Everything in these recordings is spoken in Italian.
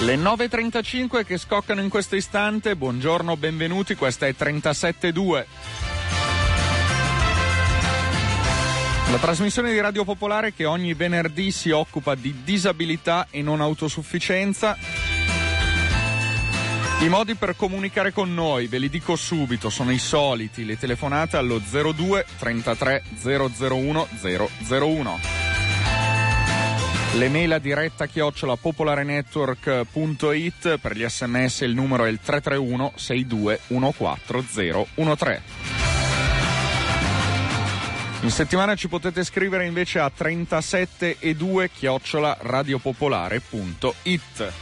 Le 9.35 che scoccano in questo istante. Buongiorno, benvenuti, questa è 37.2. La trasmissione di Radio Popolare che ogni venerdì si occupa di disabilità e non autosufficienza. I modi per comunicare con noi, ve li dico subito, sono i soliti: le telefonate allo 02 33 001 001. Le mail a diretta @popolarenetwork.it, per gli sms il numero è il 331 62 14013. In settimana ci potete scrivere invece a 37e2@radiopopolare.it.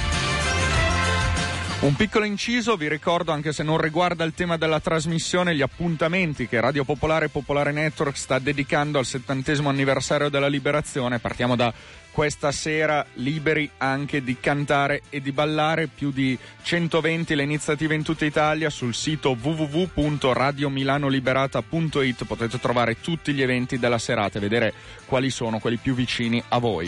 Un piccolo inciso, vi ricordo, anche se non riguarda il tema della trasmissione, gli appuntamenti che Radio Popolare e Popolare Network sta dedicando al 70° anniversario della Liberazione. Partiamo da questa sera, liberi anche di cantare e di ballare, più di 120 le iniziative in tutta Italia. Sul sito www.radiomilanoliberata.it potete trovare tutti gli eventi della serata e vedere quali sono quelli più vicini a voi.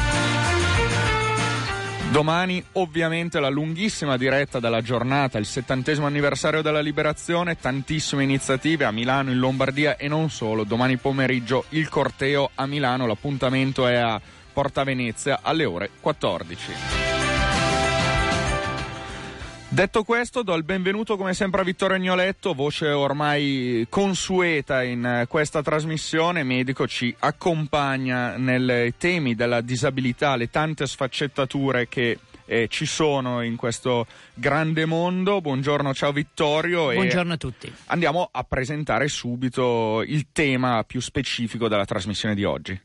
Domani ovviamente la lunghissima diretta della giornata, il 70° anniversario della Liberazione, tantissime iniziative a Milano, in Lombardia e non solo. Domani pomeriggio il corteo a Milano, l'appuntamento è a Porta Venezia alle ore 14. Detto questo, do il benvenuto come sempre a Vittorio Agnoletto, voce ormai consueta in questa trasmissione, medico, ci accompagna nei temi della disabilità, le tante sfaccettature che ci sono in questo grande mondo. Buongiorno, ciao Vittorio. Buongiorno a tutti. Andiamo a presentare subito il tema più specifico della trasmissione di oggi.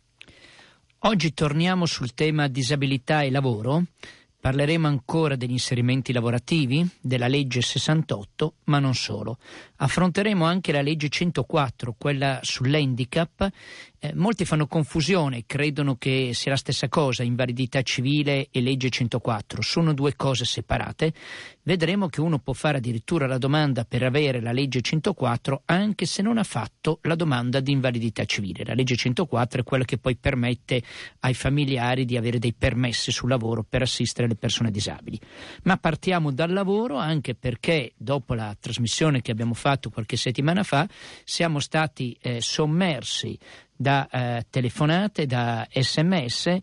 Oggi torniamo sul tema disabilità e lavoro. Parleremo ancora degli inserimenti lavorativi, della legge 68, ma non solo. Affronteremo anche la legge 104, quella sull'handicap. Molti fanno confusione, credono che sia la stessa cosa, invalidità civile e legge 104. Sono due cose separate. Vedremo che uno può fare addirittura la domanda per avere la legge 104 anche se non ha fatto la domanda di invalidità civile. La legge 104 è quella che poi permette ai familiari di avere dei permessi sul lavoro per assistere le persone disabili. Ma partiamo dal lavoro, anche perché dopo la trasmissione che abbiamo fatto qualche settimana fa siamo stati sommersi da telefonate, da sms,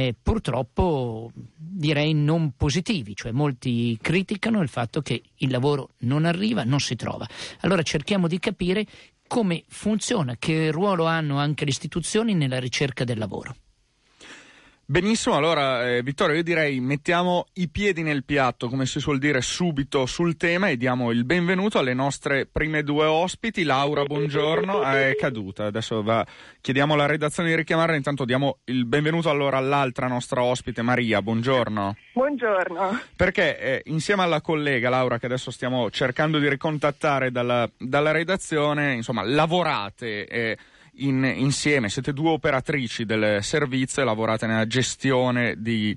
purtroppo direi non positivi, cioè molti criticano il fatto che il lavoro non arriva, non si trova. Allora cerchiamo di capire come funziona, che ruolo hanno anche le istituzioni nella ricerca del lavoro. Benissimo, allora Vittorio, io direi mettiamo i piedi nel piatto, come si suol dire, subito sul tema e diamo il benvenuto alle nostre prime due ospiti. Laura, buongiorno, è caduta, adesso chiediamo alla redazione di richiamarla, intanto diamo il benvenuto allora all'altra nostra ospite, Maria, buongiorno. Buongiorno. Perché insieme alla collega Laura, che adesso stiamo cercando di ricontattare dalla redazione, insomma, lavorate insieme, siete due operatrici del servizio e lavorate nella gestione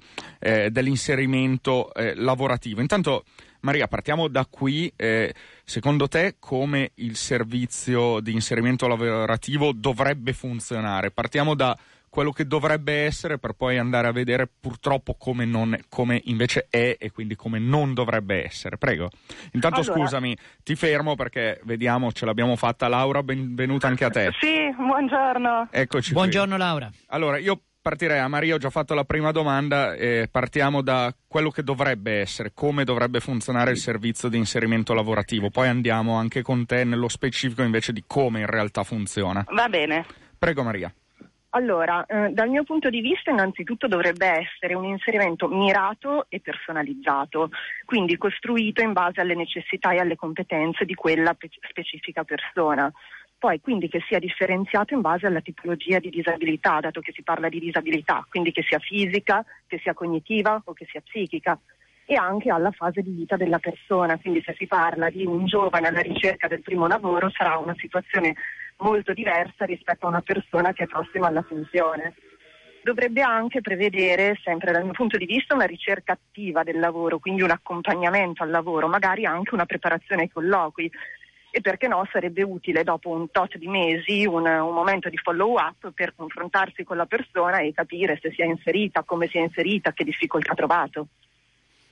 dell'inserimento lavorativo. Intanto, Maria, partiamo da qui. Secondo te come il servizio di inserimento lavorativo dovrebbe funzionare? Partiamo da quello che dovrebbe essere per poi andare a vedere purtroppo come invece è e quindi come non dovrebbe essere. Prego. Intanto allora, scusami, ti fermo perché vediamo, ce l'abbiamo fatta. Laura, benvenuta anche a te. Sì, buongiorno. Eccoci. Buongiorno qui. Laura. Allora, io partirei a Maria, ho già fatto la prima domanda, partiamo da quello che dovrebbe essere, come dovrebbe funzionare il servizio di inserimento lavorativo, poi andiamo anche con te nello specifico invece di come in realtà funziona. Va bene. Prego Maria. Allora, dal mio punto di vista innanzitutto dovrebbe essere un inserimento mirato e personalizzato, quindi costruito in base alle necessità e alle competenze di quella specifica persona. Poi quindi che sia differenziato in base alla tipologia di disabilità, dato che si parla di disabilità, quindi che sia fisica, che sia cognitiva o che sia psichica, e anche alla fase di vita della persona, quindi se si parla di un giovane alla ricerca del primo lavoro sarà una situazione molto diversa rispetto a una persona che è prossima alla funzione. Dovrebbe anche prevedere, sempre dal mio punto di vista, una ricerca attiva del lavoro, quindi un accompagnamento al lavoro, magari anche una preparazione ai colloqui, e perché no sarebbe utile dopo un tot di mesi un momento di follow up per confrontarsi con la persona e capire se si è inserita, come si è inserita, che difficoltà ha trovato.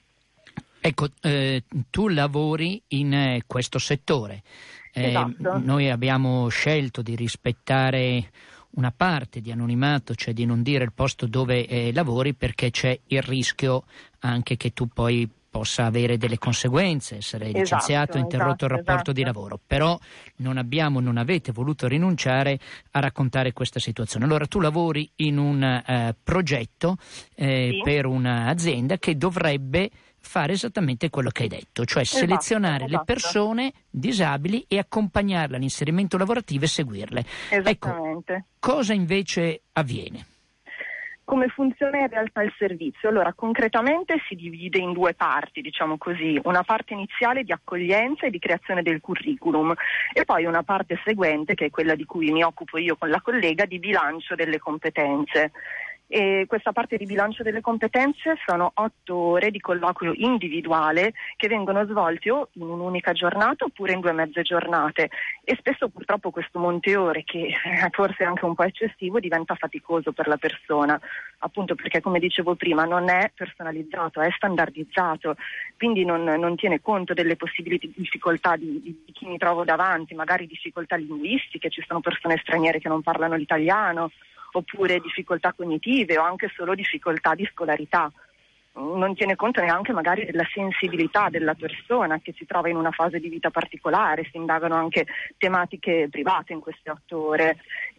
Ecco, tu lavori in questo settore. Esatto. Noi abbiamo scelto di rispettare una parte di anonimato, cioè di non dire il posto dove lavori, perché c'è il rischio anche che tu poi possa avere delle conseguenze, essere licenziato, interrotto il rapporto di lavoro. Però non avete voluto rinunciare a raccontare questa situazione. Allora tu lavori in un progetto Sì. per un'azienda che dovrebbe fare esattamente quello che hai detto, cioè selezionare le persone disabili e accompagnarle all'inserimento lavorativo e seguirle. Esattamente. Ecco, cosa invece avviene? Come funziona in realtà il servizio? Allora, concretamente si divide in due parti, diciamo così, una parte iniziale di accoglienza e di creazione del curriculum e poi una parte seguente, che è quella di cui mi occupo io con la collega, di bilancio delle competenze. E questa parte di bilancio delle competenze sono 8 ore di colloquio individuale che vengono svolti o in un'unica giornata oppure in 2 mezze giornate e spesso purtroppo questo monte ore, che forse è anche un po' eccessivo, diventa faticoso per la persona, appunto perché, come dicevo prima, non è personalizzato, è standardizzato, quindi non tiene conto delle possibili difficoltà di chi mi trovo davanti, magari difficoltà linguistiche, ci sono persone straniere che non parlano l'italiano, oppure difficoltà cognitive o anche solo difficoltà di scolarità. Non tiene conto neanche magari della sensibilità della persona che si trova in una fase di vita particolare, si indagano anche tematiche private in queste 8 ore.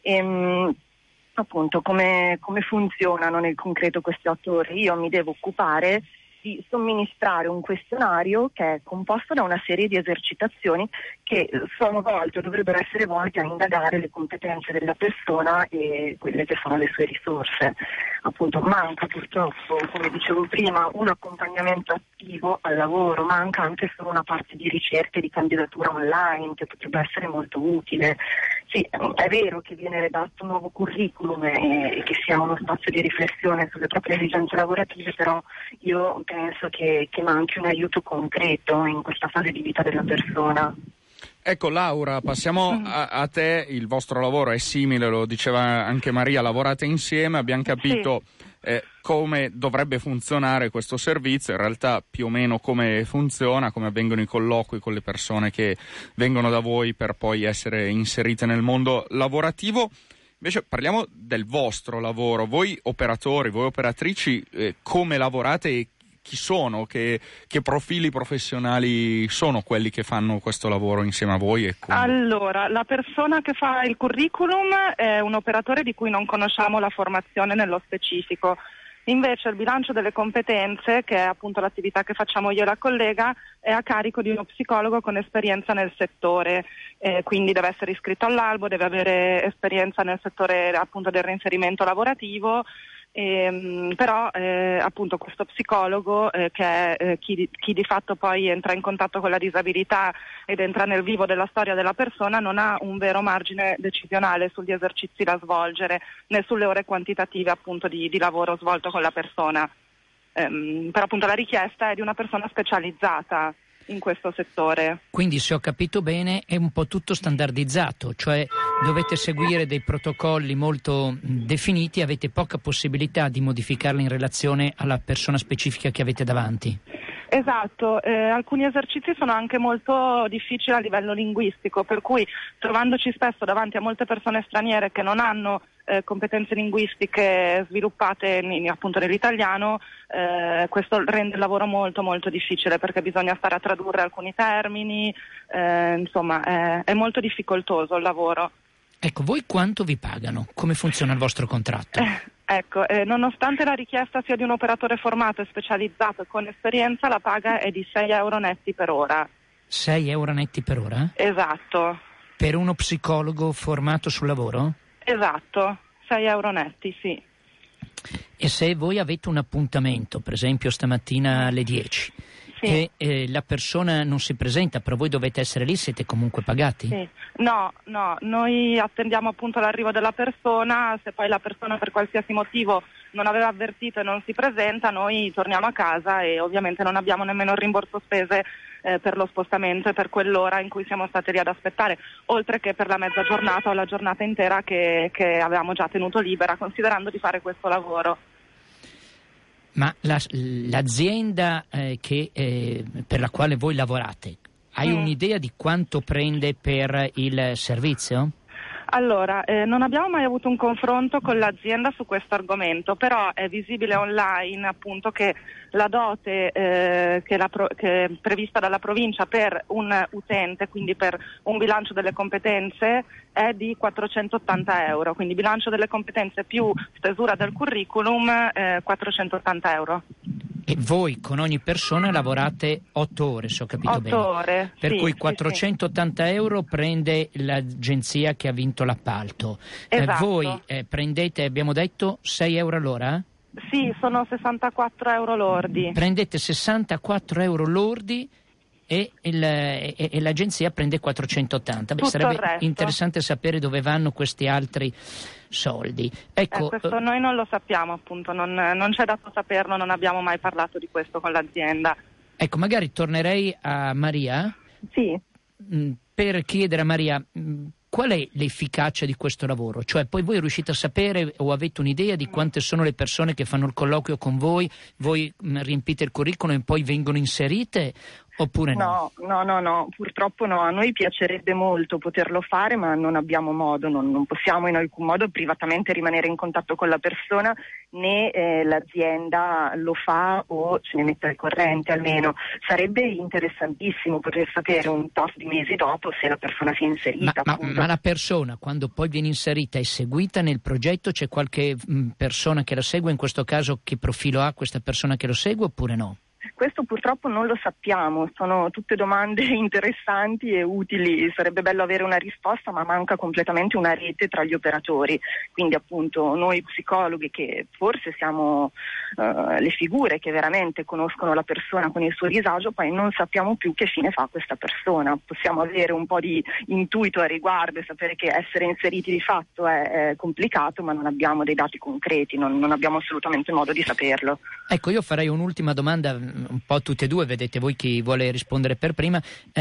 Appunto, come funzionano nel concreto queste 8 ore? Io mi devo occupare di somministrare un questionario che è composto da una serie di esercitazioni che sono volte o dovrebbero essere volte a indagare le competenze della persona e quelle che sono le sue risorse. Appunto, manca purtroppo, come dicevo prima, un accompagnamento attivo al lavoro, manca anche solo una parte di ricerca e di candidatura online che potrebbe essere molto utile. Sì, è vero che viene redatto un nuovo curriculum e che sia uno spazio di riflessione sulle proprie esigenze lavorative, però io penso che manchi un aiuto concreto in questa fase di vita della persona. Ecco Laura, passiamo a te. Il vostro lavoro è simile, lo diceva anche Maria, lavorate insieme, abbiamo capito come dovrebbe funzionare questo servizio, in realtà più o meno come funziona, come avvengono i colloqui con le persone che vengono da voi per poi essere inserite nel mondo lavorativo. Invece parliamo del vostro lavoro, voi operatori, voi operatrici, come lavorate e chi sono, che profili professionali sono quelli che fanno questo lavoro insieme a voi? E come? Allora, la persona che fa il curriculum è un operatore di cui non conosciamo la formazione nello specifico. Invece il bilancio delle competenze, che è appunto l'attività che facciamo io e la collega, è a carico di uno psicologo con esperienza nel settore, quindi deve essere iscritto all'albo, deve avere esperienza nel settore appunto del reinserimento lavorativo. Però appunto questo psicologo che è chi di fatto poi entra in contatto con la disabilità ed entra nel vivo della storia della persona, non ha un vero margine decisionale sugli esercizi da svolgere né sulle ore quantitative appunto di lavoro svolto con la persona, però appunto la richiesta è di una persona specializzata in questo settore. Quindi, se ho capito bene, è un po' tutto standardizzato, cioè dovete seguire dei protocolli molto definiti, avete poca possibilità di modificarli in relazione alla persona specifica che avete davanti. Esatto, alcuni esercizi sono anche molto difficili a livello linguistico, per cui trovandoci spesso davanti a molte persone straniere che non hanno competenze linguistiche sviluppate appunto nell'italiano, questo rende il lavoro molto molto difficile perché bisogna stare a tradurre alcuni termini, insomma è molto difficoltoso il lavoro. Ecco, voi quanto vi pagano? Come funziona il vostro contratto? Ecco, nonostante la richiesta sia di un operatore formato e specializzato e con esperienza, la paga è di 6 euro netti per ora. 6 euro netti per ora? Esatto. Per uno psicologo formato sul lavoro? Esatto, 6 euro netti, sì. E se voi avete un appuntamento, per esempio stamattina alle 10, sì, e la persona non si presenta, però voi dovete essere lì, siete comunque pagati? Sì. No, noi attendiamo appunto l'arrivo della persona, se poi la persona per qualsiasi motivo non aveva avvertito e non si presenta, noi torniamo a casa e ovviamente non abbiamo nemmeno il rimborso spese per lo spostamento e per quell'ora in cui siamo stati lì ad aspettare, oltre che per la mezza giornata o la giornata intera che avevamo già tenuto libera, considerando di fare questo lavoro. Ma l'azienda per la quale voi lavorate, hai un'idea di quanto prende per il servizio? Allora, non abbiamo mai avuto un confronto con l'azienda su questo argomento, però è visibile online appunto che la dote che è prevista dalla provincia per un utente, quindi per un bilancio delle competenze, è di 480 euro, quindi bilancio delle competenze più stesura del curriculum, 480 euro. E voi con ogni persona lavorate 8 ore, se ho capito 8 bene. ore. Per sì, cui 480 euro prende l'agenzia che ha vinto l'appalto. Esatto. Voi prendete, abbiamo detto, 6 euro all'ora? Sì, sono 64 euro lordi. Prendete 64 euro lordi e l'agenzia prende 480. Beh, sarebbe interessante sapere dove vanno questi altri soldi. Ecco, questo noi non lo sappiamo, appunto, non c'è dato saperlo, non abbiamo mai parlato di questo con l'azienda. Ecco, magari tornerei a Maria. Sì. Per chiedere a Maria qual è l'efficacia di questo lavoro, cioè poi voi riuscite a sapere o avete un'idea di quante sono le persone che fanno il colloquio con voi riempite il curriculum e poi vengono inserite oppure no? No, purtroppo no, a noi piacerebbe molto poterlo fare ma non abbiamo modo, non possiamo in alcun modo privatamente rimanere in contatto con la persona né l'azienda lo fa o ce ne mette al corrente almeno. Sarebbe interessantissimo poter sapere un tot di mesi dopo se la persona si è inserita. Ma la persona quando poi viene inserita è seguita nel progetto? C'è qualche persona che la segue? In questo caso che profilo ha questa persona che lo segue oppure no? Questo purtroppo non lo sappiamo, sono tutte domande interessanti e utili, sarebbe bello avere una risposta ma manca completamente una rete tra gli operatori, quindi appunto noi psicologhi che forse siamo le figure che veramente conoscono la persona con il suo disagio, poi non sappiamo più che fine fa questa persona, possiamo avere un po' di intuito a riguardo e sapere che essere inseriti di fatto è complicato ma non abbiamo dei dati concreti, non abbiamo assolutamente modo di saperlo. Ecco, io farei un'ultima domanda un po' a tutte e due, vedete voi chi vuole rispondere per prima.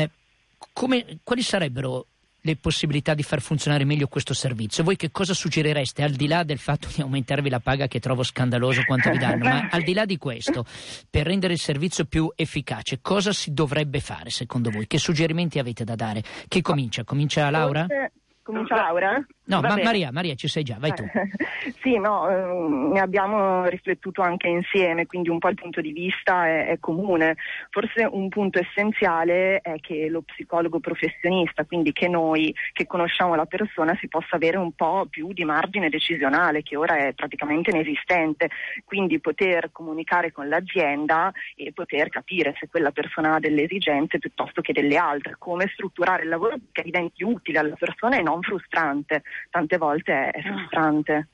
Quali sarebbero le possibilità di far funzionare meglio questo servizio? Voi che cosa suggerireste, al di là del fatto di aumentarvi la paga che trovo scandaloso quanto vi danno, ma al di là di questo, per rendere il servizio più efficace, cosa si dovrebbe fare secondo voi? Che suggerimenti avete da dare? Chi comincia? Comincia Laura? Comincia Laura? No, ma Maria, ci sei già, vai tu. Sì, ne abbiamo riflettuto anche insieme, quindi un po' il punto di vista è comune. Forse un punto essenziale è che lo psicologo professionista, quindi che noi che conosciamo la persona, si possa avere un po' più di margine decisionale, che ora è praticamente inesistente, quindi poter comunicare con l'azienda e poter capire se quella persona ha delle esigenze piuttosto che delle altre, come strutturare il lavoro che diventi utile alla persona e non frustrante. Tante volte è frustrante.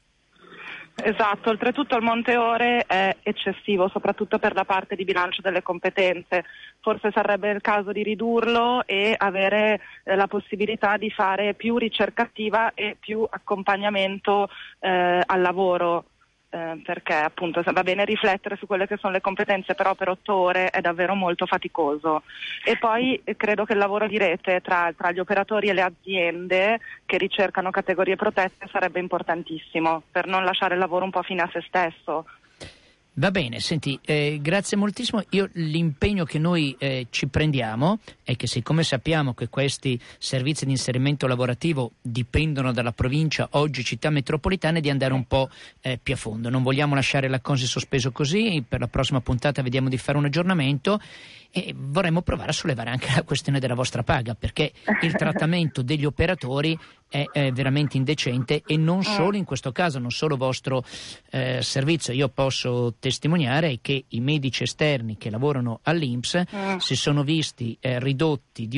Esatto, oltretutto il monte ore è eccessivo, soprattutto per la parte di bilancio delle competenze. Forse sarebbe il caso di ridurlo e avere la possibilità di fare più ricerca attiva e più accompagnamento al lavoro. Perché appunto va bene riflettere su quelle che sono le competenze, però per 8 ore è davvero molto faticoso. E poi credo che il lavoro di rete tra gli operatori e le aziende che ricercano categorie protette sarebbe importantissimo per non lasciare il lavoro un po' fine a se stesso. Va bene, senti, grazie moltissimo. Io l'impegno che noi ci prendiamo è che, siccome sappiamo che questi servizi di inserimento lavorativo dipendono dalla provincia, oggi città metropolitane, di andare un po' più a fondo. Non vogliamo lasciare la cosa in sospeso così, per la prossima puntata vediamo di fare un aggiornamento e vorremmo provare a sollevare anche la questione della vostra paga, perché il trattamento degli operatori è veramente indecente e non solo in questo caso, non solo vostro servizio. Io posso testimoniare che i medici esterni che lavorano all'INPS si sono visti ridotti di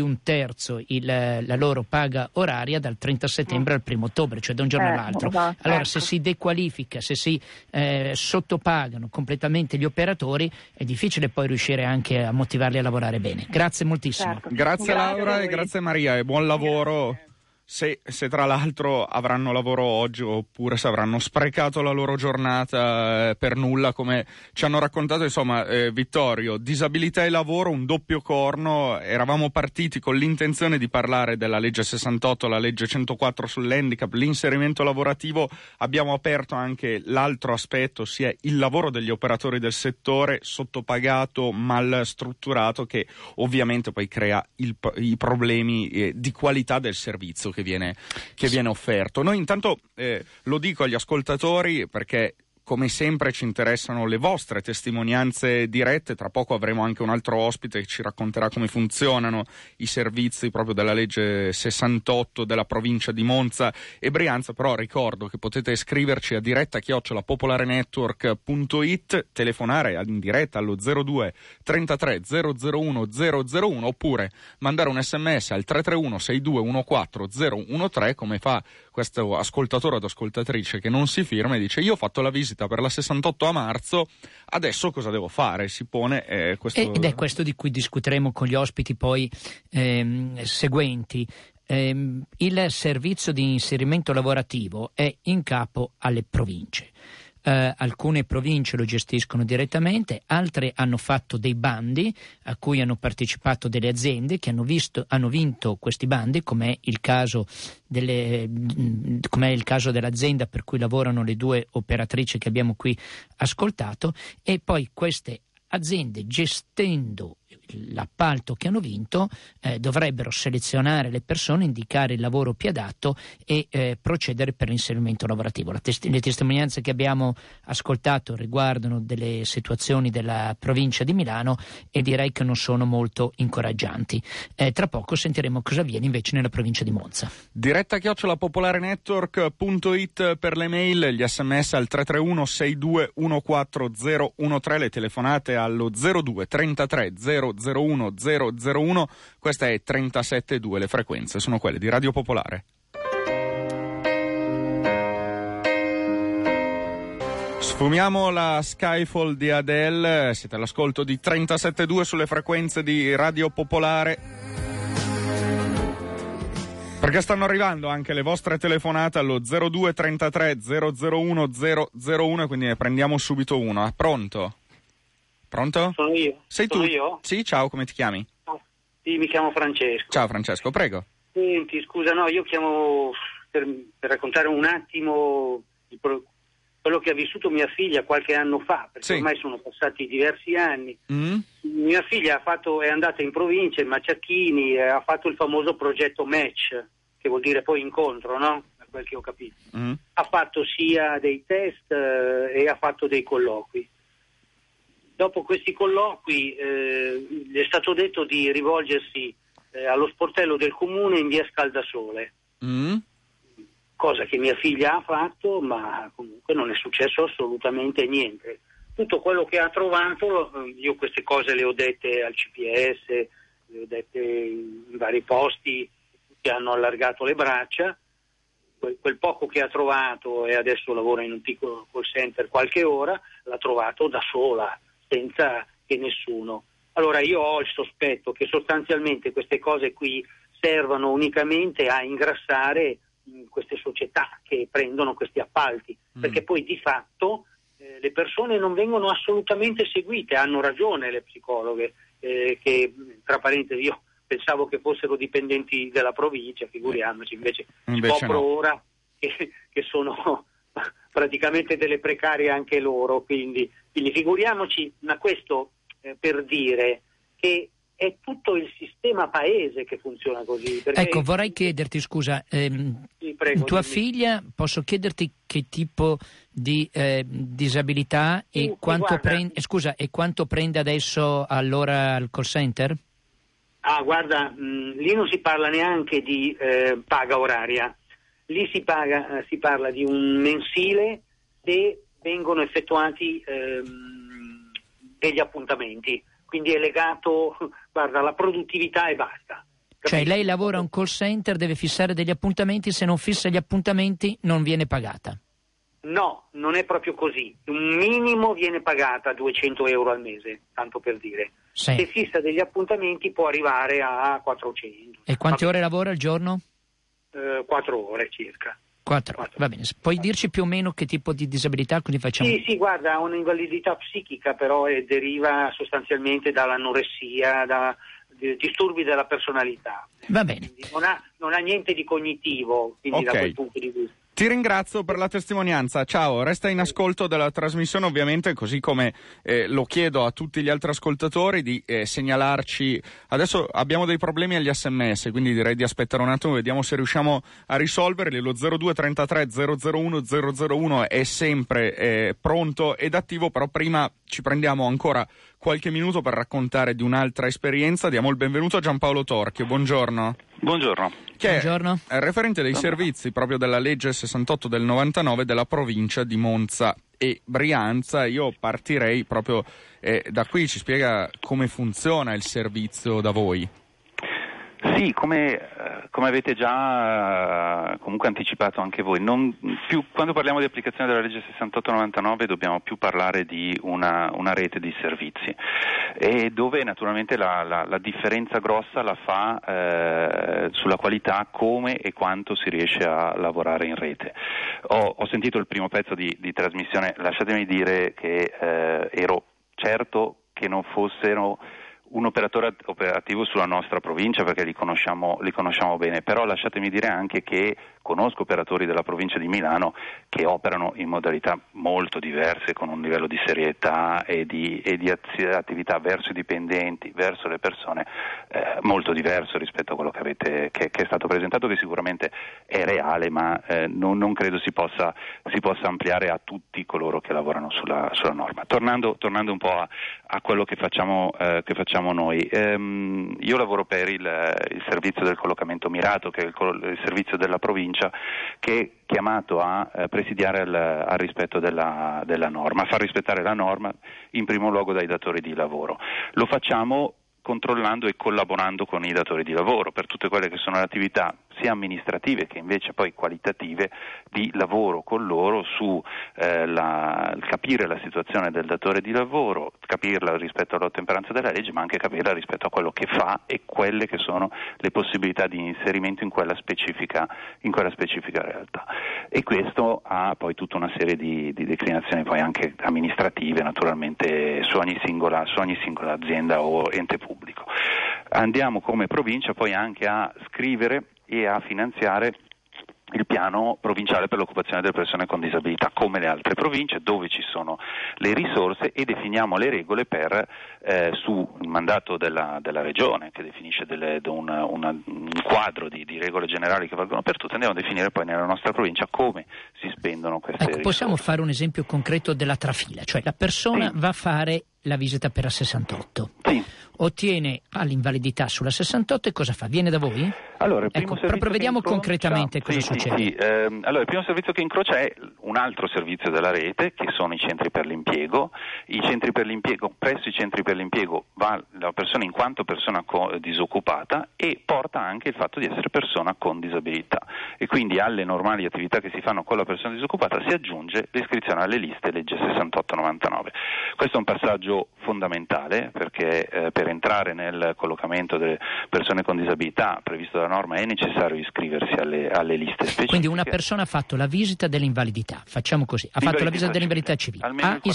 1/3 la loro paga oraria dal 30 settembre al 1 ottobre, cioè da un giorno all'altro. Allora se si dequalifica, se si sottopagano completamente gli operatori, è difficile poi riuscire anche a motivarli a lavorare bene. Grazie moltissimo. Grazie Laura e grazie Maria e buon lavoro. se tra l'altro avranno lavoro oggi oppure se avranno sprecato la loro giornata per nulla, come ci hanno raccontato. Insomma, Vittorio, disabilità e lavoro, un doppio corno. Eravamo partiti con l'intenzione di parlare della legge 68, la legge 104 sull'handicap, l'inserimento lavorativo. Abbiamo aperto anche l'altro aspetto, ossia il lavoro degli operatori del settore, sottopagato, mal strutturato, che ovviamente poi crea i problemi di qualità del servizio che viene offerto. Noi intanto lo dico agli ascoltatori, perché come sempre ci interessano le vostre testimonianze dirette. Tra poco avremo anche un altro ospite che ci racconterà come funzionano i servizi proprio della legge 68 della provincia di Monza e Brianza. Però ricordo che potete scriverci a diretta@popolarenetwork.it, telefonare in diretta allo 02 33 001 001 oppure mandare un sms al 331 6214 013, come fa questo ascoltatore o ascoltatrice che non si firma e dice: io ho fatto la visita per la 68 a marzo, adesso cosa devo fare? Si pone questo... Ed è questo di cui discuteremo con gli ospiti poi seguenti. Il servizio di inserimento lavorativo è in capo alle province. Alcune province lo gestiscono direttamente, altre hanno fatto dei bandi a cui hanno partecipato delle aziende che hanno vinto questi bandi, come è il caso dell'azienda per cui lavorano le due operatrici che abbiamo qui ascoltato, e poi queste aziende, gestendo l'appalto che hanno vinto, dovrebbero selezionare le persone, indicare il lavoro più adatto e procedere per l'inserimento lavorativo. Le testimonianze che abbiamo ascoltato riguardano delle situazioni della provincia di Milano e direi che non sono molto incoraggianti. Tra poco sentiremo cosa avviene invece nella provincia di Monza. diretta@popolarenetwork.it per le mail, gli sms al 331 6214 013, le telefonate allo 02 33 001 001. Questa è 37.2, le frequenze sono quelle di Radio Popolare. Sfumiamo la Skyfall di Adele, siete all'ascolto di 37.2 sulle frequenze di Radio Popolare, perché stanno arrivando anche le vostre telefonate allo 02 33 001 001, quindi ne prendiamo subito una. Pronto? Pronto? Sono io. Sei Sono tu? io? Sì, ciao, come ti chiami? Sì, mi chiamo Francesco. Ciao Francesco, prego. Senti, scusa, no, io chiamo per raccontare un attimo quello che ha vissuto mia figlia qualche anno fa, perché sì, ormai sono passati diversi anni. Mia figlia è andata in provincia, in Maciacchini, ha fatto il famoso progetto Match, che vuol dire poi incontro, no? Da quel che ho capito. Ha fatto sia dei test e ha fatto dei colloqui. Dopo questi colloqui gli è stato detto di rivolgersi allo sportello del comune in via Scaldasole, cosa che mia figlia ha fatto, ma comunque non è successo assolutamente niente. Tutto quello che ha trovato, io queste cose le ho dette al CPS, le ho dette in vari posti, tutti hanno allargato le braccia. Quel poco che ha trovato, e adesso lavora in un piccolo call center qualche ora, l'ha trovato da sola, senza che nessuno. Allora io ho il sospetto che sostanzialmente queste cose qui servano unicamente a ingrassare queste società che prendono questi appalti, perché poi di fatto le persone non vengono assolutamente seguite. Hanno ragione le psicologhe, che tra parentesi io pensavo che fossero dipendenti della provincia, figuriamoci, invece scopro no. Ora che sono praticamente delle precarie anche loro, quindi figuriamoci. Ma questo per dire che è tutto il sistema paese che funziona così. Ecco, vorrei chiederti, scusa, sì, prego, tua dimmi. Figlia, posso chiederti che tipo di disabilità e quanto prende adesso all'ora al call center? Ah, guarda, lì non si parla neanche di paga oraria, lì si parla di un mensile se vengono effettuati degli appuntamenti, quindi è legato, guarda, alla produttività e basta. Capito? Cioè lei lavora a un call center, deve fissare degli appuntamenti, se non fissa gli appuntamenti non viene pagata? No, non è proprio così. Un minimo viene pagata 200 euro al mese, tanto per dire. Sì. Se fissa degli appuntamenti può arrivare a 400. E quante ore lavora al giorno? 4 ore circa. 4 ore, va bene. Puoi dirci più o meno che tipo di disabilità, quindi facciamo? Sì, guarda, ha un'invalidità psichica, però deriva sostanzialmente dall'anoressia, da disturbi della personalità. Va bene. Non ha niente di cognitivo, quindi da quel punto di vista. Ti ringrazio per la testimonianza, ciao, resta in ascolto della trasmissione ovviamente, così come lo chiedo a tutti gli altri ascoltatori di segnalarci. Adesso abbiamo dei problemi agli SMS, quindi direi di aspettare un attimo, vediamo se riusciamo a risolverli. Lo 0233 001 001 è sempre pronto ed attivo, però prima ci prendiamo ancora qualche minuto per raccontare di un'altra esperienza. Diamo il benvenuto a Giampaolo Torchio, buongiorno. Buongiorno. Che Buongiorno. è il referente dei servizi proprio della legge 68 del 99 della provincia di Monza e Brianza. Io partirei proprio da qui, ci spiega come funziona il servizio da voi. Sì, come avete già comunque anticipato anche voi, quando parliamo di applicazione della legge 68-99 dobbiamo più parlare di una rete di servizi, e dove naturalmente la differenza grossa la fa sulla qualità, come e quanto si riesce a lavorare in rete. Ho sentito il primo pezzo di trasmissione, lasciatemi dire che ero certo che non fossero un operatore operativo sulla nostra provincia, perché li conosciamo bene, però lasciatemi dire anche che conosco operatori della provincia di Milano che operano in modalità molto diverse, con un livello di serietà e di attività verso i dipendenti, verso le persone molto diverso rispetto a quello che è stato presentato, che sicuramente è reale, ma non credo si possa ampliare a tutti coloro che lavorano sulla norma. Tornando un po' a quello che facciamo noi. Io lavoro per il servizio del collocamento mirato, che è il servizio della provincia, che è chiamato a presidiare al rispetto della norma, a far rispettare la norma in primo luogo dai datori di lavoro. Lo facciamo controllando e collaborando con i datori di lavoro per tutte quelle che sono le attività sia amministrative che invece poi qualitative di lavoro con loro su capire la situazione del datore di lavoro, capirla rispetto all'ottemperanza della legge, ma anche capirla rispetto a quello che fa e quelle che sono le possibilità di inserimento in quella specifica realtà. E questo ha poi tutta una serie di declinazioni poi anche amministrative, naturalmente su ogni singola azienda o ente pubblico. Andiamo come provincia poi anche a scrivere e a finanziare il piano provinciale per l'occupazione delle persone con disabilità, come le altre province, dove ci sono le risorse, e definiamo le regole su il mandato della regione, che definisce un quadro di regole generali che valgono per tutte. Andiamo a definire poi nella nostra provincia come si spendono queste risorse. Possiamo fare un esempio concreto della trafila, cioè la persona va a fare la visita per la 68. Sì. Ottiene l'invalidità sulla 68 e cosa fa? Viene da voi? Allora, il primo proprio vediamo concretamente cosa succede. Sì. Allora, il primo servizio che incrocia è un altro servizio della rete, che sono i centri per l'impiego. Presso i centri per l'impiego va la persona in quanto persona disoccupata, e porta anche il fatto di essere persona con disabilità, e quindi alle normali attività che si fanno con la persona disoccupata si aggiunge l'iscrizione alle liste legge 68-99. Questo è un passaggio fondamentale, perché per entrare nel collocamento delle persone con disabilità previsto dalla norma è necessario iscriversi alle liste specifiche. Quindi una persona ha fatto la visita dell'invalidità, facciamo così, ha fatto la visita dell'invalidità civile, ha il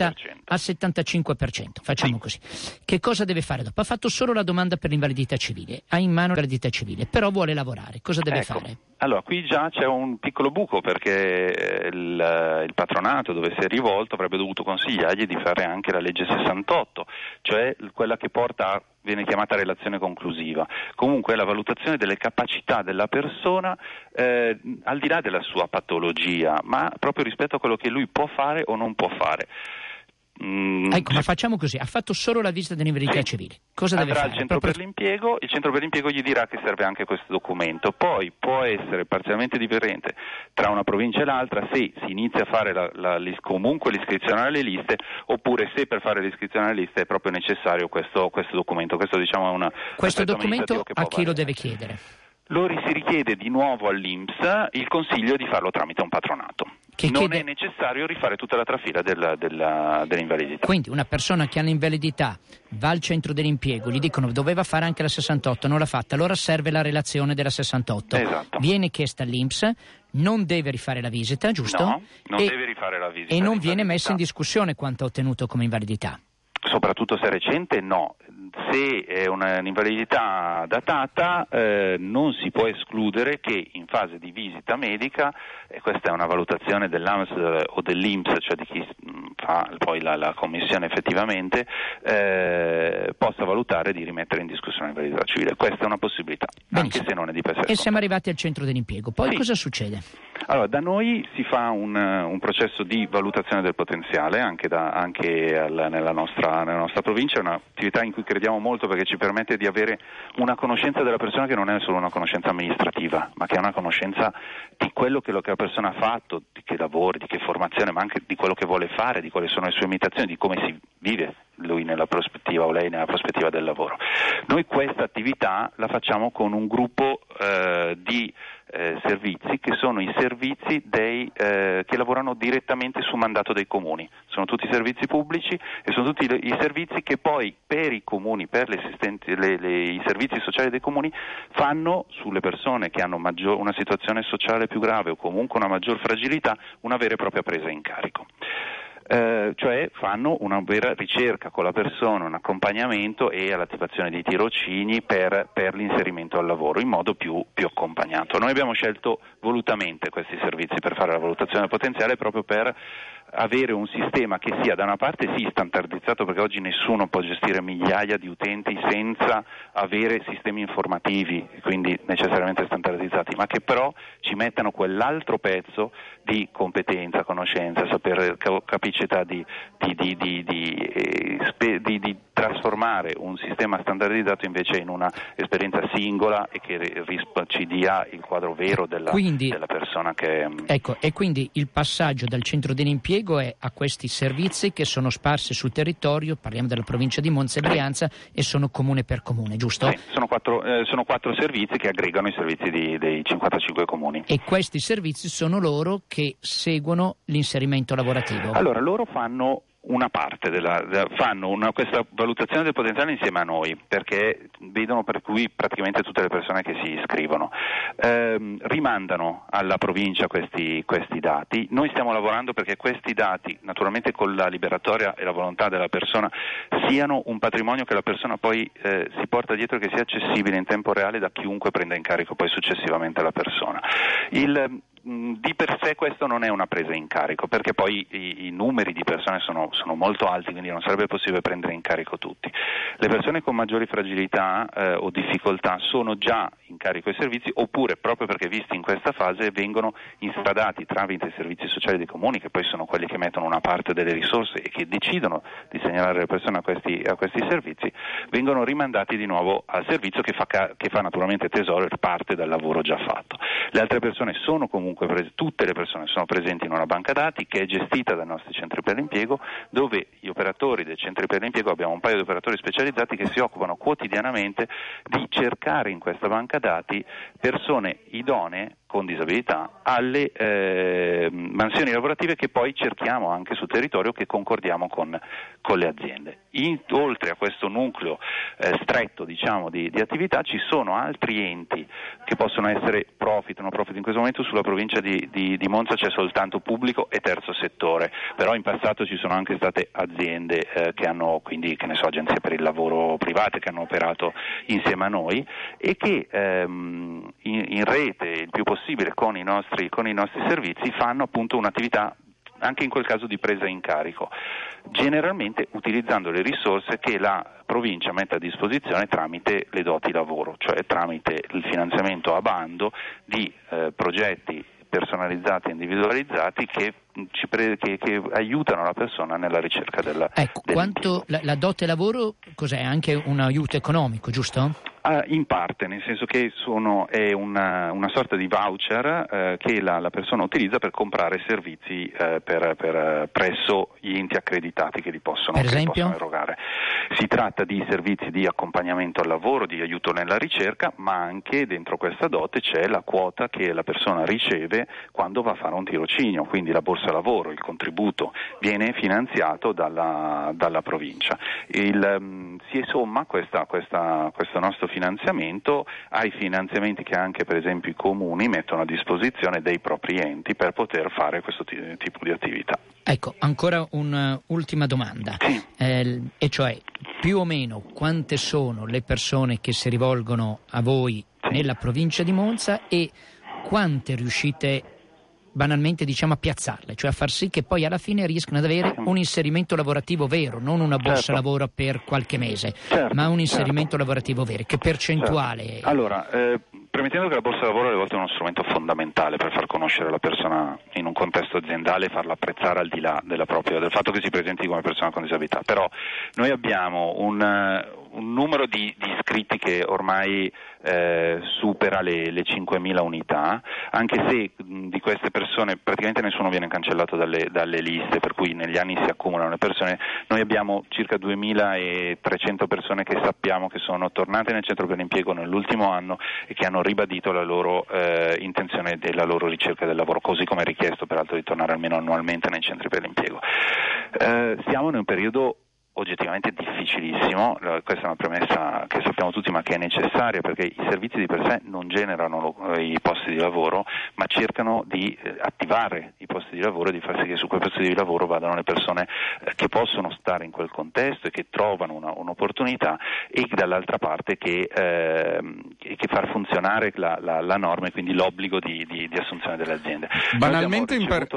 75%, facciamo così. Che cosa deve fare dopo? Ha fatto solo la domanda per l'invalidità civile, ha in mano l'invalidità civile, però vuole lavorare, cosa deve fare? Allora, qui già c'è un piccolo buco, perché il patronato dove si è rivolto avrebbe dovuto consigliargli di fare anche la legge 68, cioè quella che viene chiamata relazione conclusiva. Comunque è la valutazione delle capacità della persona al di là della sua patologia, ma proprio rispetto a quello che lui può fare o non può fare. Ma facciamo così, ha fatto solo la visita dell'invalidità civile, cosa deve fare? Andrà al centro per l'impiego, il centro per l'impiego gli dirà che serve anche questo documento, poi può essere parzialmente differente tra una provincia e l'altra se si inizia a fare comunque l'iscrizione alle liste, oppure se per fare l'iscrizione alle liste è proprio necessario questo documento. Questo diciamo è questo documento a chi lo deve chiedere? Si richiede di nuovo all'INPS il consiglio di farlo tramite un patronato. non è necessario rifare tutta la trafila dell'invalidità. Quindi una persona che ha l'invalidità va al centro dell'impiego, gli dicono doveva fare anche la 68, non l'ha fatta, allora serve la relazione della 68. Esatto. Viene chiesta all'INPS, non deve rifare la visita, giusto? No, non deve rifare la visita. E non viene messa in discussione quanto ha ottenuto come invalidità. Soprattutto se è recente, no. Se è un'invalidità datata, non si può escludere che in fase di visita medica, e questa è una valutazione dell'AMS o dell'INPS, cioè di chi fa poi la commissione effettivamente, possa valutare di rimettere in discussione l'invalidità civile. Questa è una possibilità, benissimo, anche se non è di per sé. E siamo arrivati al centro dell'impiego. Poi sì. Cosa succede? Allora, da noi si fa un processo di valutazione del potenziale anche nella nostra provincia. È un'attività in cui crediamo molto perché ci permette di avere una conoscenza della persona che non è solo una conoscenza amministrativa, ma che è una conoscenza di quello che la persona ha fatto, di che lavori, di che formazione, ma anche di quello che vuole fare, di quali sono le sue imitazioni, di come si vive lui nella prospettiva o lei nella prospettiva del lavoro. Noi questa attività la facciamo con un gruppo di servizi che sono i servizi che lavorano direttamente su mandato dei comuni. Sono tutti servizi pubblici e sono tutti i servizi che poi per i comuni, per i servizi sociali dei comuni fanno sulle persone che hanno una situazione sociale più grave o comunque una maggior fragilità una vera e propria presa in carico. Cioè fanno una vera ricerca con la persona, un accompagnamento e all'attivazione di tirocini per l'inserimento al lavoro in modo più accompagnato. Noi abbiamo scelto volutamente questi servizi per fare la valutazione potenziale proprio per avere un sistema che sia da una parte sì standardizzato, perché oggi nessuno può gestire migliaia di utenti senza avere sistemi informativi, quindi necessariamente standardizzati, ma che però ci mettano quell'altro pezzo di competenza, conoscenza, sapere, capacità di trasformare un sistema standardizzato invece in una esperienza singola e che ci dia il quadro vero della persona che... Ecco, e quindi il passaggio dal centro dell'impiego è a questi servizi che sono sparsi sul territorio, parliamo della provincia di Monza e Brianza, e sono comune per comune, giusto? Sì, sono quattro servizi che aggregano i servizi dei 55 comuni. E questi servizi sono loro che seguono l'inserimento lavorativo? Allora, loro fanno una parte questa valutazione del potenziale insieme a noi, perché vedono per cui praticamente tutte le persone che si iscrivono rimandano alla provincia questi dati. Noi stiamo lavorando perché questi dati, naturalmente con la liberatoria e la volontà della persona, siano un patrimonio che la persona poi si porta dietro e che sia accessibile in tempo reale da chiunque prenda in carico poi successivamente la persona. Di per sé questo non è una presa in carico, perché poi i numeri di persone sono molto alti, quindi non sarebbe possibile prendere in carico tutti. Le persone con maggiori fragilità o difficoltà sono già in carico ai servizi, oppure proprio perché visti in questa fase vengono instradati tramite i servizi sociali dei comuni, che poi sono quelli che mettono una parte delle risorse e che decidono di segnalare le persone a questi servizi, vengono rimandati di nuovo al servizio che fa naturalmente tesoro e parte dal lavoro già fatto. Le altre persone sono comunque tutte le persone sono presenti in una banca dati che è gestita dai nostri centri per l'impiego, dove gli operatori dei centri per l'impiego, abbiamo un paio di operatori specializzati che si occupano quotidianamente di cercare in questa banca dati persone idonee con disabilità alle mansioni lavorative che poi cerchiamo anche sul territorio, che concordiamo con le aziende. Oltre a questo nucleo stretto diciamo di attività ci sono altri enti che possono essere profit, no profit. In questo momento sulla provincia di Monza c'è soltanto pubblico e terzo settore, però in passato ci sono anche state aziende che hanno quindi, che ne so, agenzie per il lavoro private che hanno operato insieme a noi e che in rete il più possibile con i nostri servizi fanno appunto un'attività anche in quel caso di presa in carico, generalmente utilizzando le risorse che la provincia mette a disposizione tramite le doti lavoro, cioè tramite il finanziamento a bando di progetti personalizzati e individualizzati che aiutano la persona nella ricerca quanto la dote lavoro cos'è? Anche un aiuto economico, giusto? In parte, nel senso che è una sorta di voucher che la persona utilizza per comprare servizi presso gli enti accreditati che li possono erogare. Si tratta di servizi di accompagnamento al lavoro, di aiuto nella ricerca, ma anche dentro questa dote c'è la quota che la persona riceve quando va a fare un tirocinio, quindi la borsa lavoro, il contributo viene finanziato dalla provincia. Si somma questo nostro finanziamento ai finanziamenti che anche per esempio i comuni mettono a disposizione dei propri enti per poter fare questo tipo di attività. Ecco, ancora un'ultima domanda, e cioè più o meno quante sono le persone che si rivolgono a voi nella provincia di Monza e quante riuscite banalmente a piazzarle, cioè a far sì che poi alla fine riescano ad avere un inserimento lavorativo vero, non una borsa lavoro per qualche mese, ma un inserimento lavorativo vero. Che percentuale? Allora, premettendo che la borsa lavoro alle volte è uno strumento fondamentale per far conoscere la persona in un contesto aziendale e farla apprezzare al di là del fatto che si presenti come persona con disabilità, però noi abbiamo un numero di iscritti che ormai supera le 5.000 unità, anche se di queste persone praticamente nessuno viene cancellato dalle liste, per cui negli anni si accumulano le persone. Noi abbiamo circa 2.300 persone che sappiamo che sono tornate nel centro per l'impiego nell'ultimo anno e che hanno ribadito la loro intenzione della loro ricerca del lavoro, così come richiesto peraltro di tornare almeno annualmente nei centri per l'impiego. Siamo in un periodo oggettivamente difficilissimo, questa è una premessa che sappiamo tutti ma che è necessaria, perché i servizi di per sé non generano i posti di lavoro, ma cercano di attivare i posti di lavoro e di far sì che su quei posti di lavoro vadano le persone che possono stare in quel contesto e che trovano un'opportunità, e dall'altra parte che far funzionare la norma e quindi l'obbligo di assunzione delle aziende. Banalmente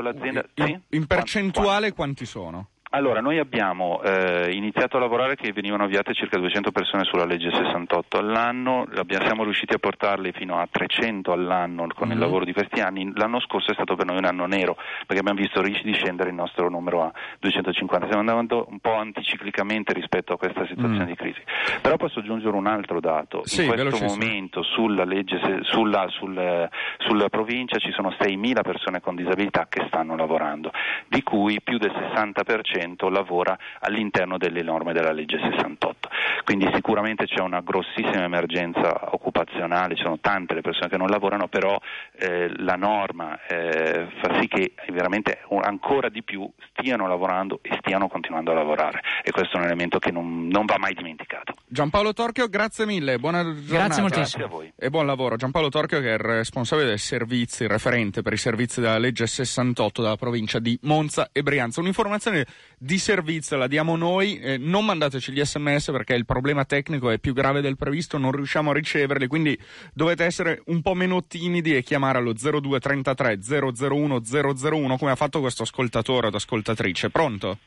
in percentuale quanti sono? Allora, noi abbiamo iniziato a lavorare che venivano avviate circa 200 persone sulla legge 68 all'anno, siamo riusciti a portarle fino a 300 all'anno con il lavoro di questi anni. L'anno scorso è stato per noi un anno nero, perché abbiamo visto scendere il nostro numero a 250, stiamo andando un po' anticiclicamente rispetto a questa situazione di crisi. Però posso aggiungere un altro dato: in questo momento sulla legge sulla provincia ci sono 6.000 persone con disabilità che stanno lavorando, di cui più del 60% lavora all'interno delle norme della legge 68, quindi sicuramente c'è una grossissima emergenza occupazionale, ci sono tante le persone che non lavorano, però la norma fa sì che veramente ancora di più stiano lavorando e stiano continuando a lavorare, e questo è un elemento che non va mai dimenticato. Giampaolo Torchio, grazie mille, buona giornata. Grazie moltissimo. Grazie a voi. E buon lavoro. Giampaolo Torchio, che è il responsabile del servizio, il referente per i servizi della legge 68 della provincia di Monza e Brianza. Un'informazione di servizio la diamo noi, non mandateci gli SMS perché il problema tecnico è più grave del previsto, non riusciamo a riceverli, quindi dovete essere un po' meno timidi e chiamare allo 0233 001 001 come ha fatto questo ascoltatore o ascoltatrice. Pronto?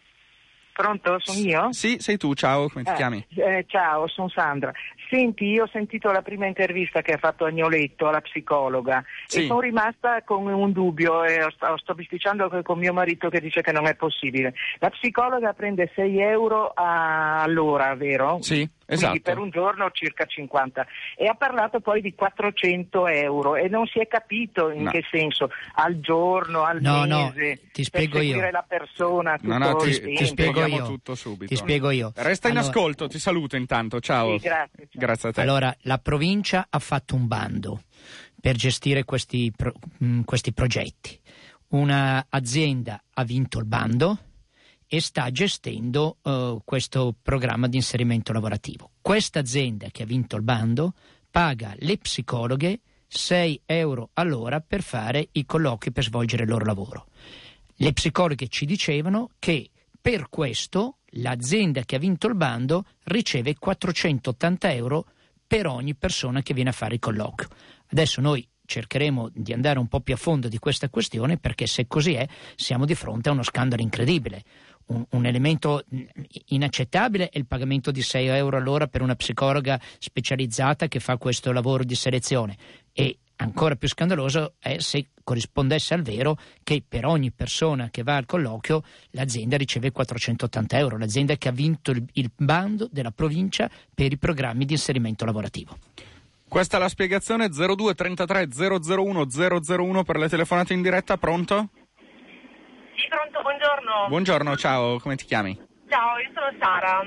Pronto, sono io? Sì, sei tu, ciao, come ti chiami? Ciao, sono Sandra. Senti, io ho sentito la prima intervista che ha fatto Agnoletto alla psicologa e sono rimasta con un dubbio e sto bisticciando con mio marito che dice che non è possibile. La psicologa prende 6 euro all'ora, vero? Sì, esatto. Quindi per un giorno circa 50. E ha parlato poi di 400 euro e non si è capito in che senso, al giorno, al mese. Ti spiego io. La persona, tutto ti spiego io. Tutto subito. Ti spiego io. Resta in ascolto, ti saluto intanto, ciao. Sì, grazie. Grazie a te. Allora, la provincia ha fatto un bando per gestire questi progetti. Una azienda ha vinto il bando e sta gestendo questo programma di inserimento lavorativo. Questa azienda che ha vinto il bando paga le psicologhe 6 euro all'ora per fare i colloqui per svolgere il loro lavoro. Le psicologhe ci dicevano che per questo l'azienda che ha vinto il bando riceve 480 euro per ogni persona che viene a fare il colloquio. Adesso noi cercheremo di andare un po' più a fondo di questa questione, perché se così è siamo di fronte a uno scandalo incredibile. Un elemento inaccettabile è il pagamento di 6 euro all'ora per una psicologa specializzata che fa questo lavoro di selezione, e ancora più scandaloso è se corrispondesse al vero che per ogni persona che va al colloquio l'azienda riceve 480 euro, l'azienda che ha vinto il bando della provincia per i programmi di inserimento lavorativo. Questa è la spiegazione. 02 33 001 001 per le telefonate in diretta. Pronto? Sì, pronto, buongiorno. Buongiorno, ciao, come ti chiami? Ciao, io sono Sara.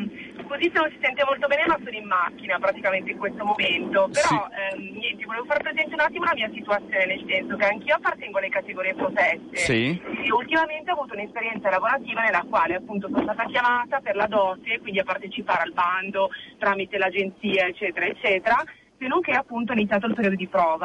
disposizione, si sente molto bene, ma sono in macchina praticamente in questo momento. Però niente, volevo far presente un attimo la mia situazione, nel senso che anch'io appartengo alle categorie protette. Sì. E ultimamente ho avuto un'esperienza lavorativa nella quale appunto sono stata chiamata per la DOSE, quindi a partecipare al bando tramite l'agenzia, eccetera, eccetera, se non che appunto è iniziato il periodo di prova.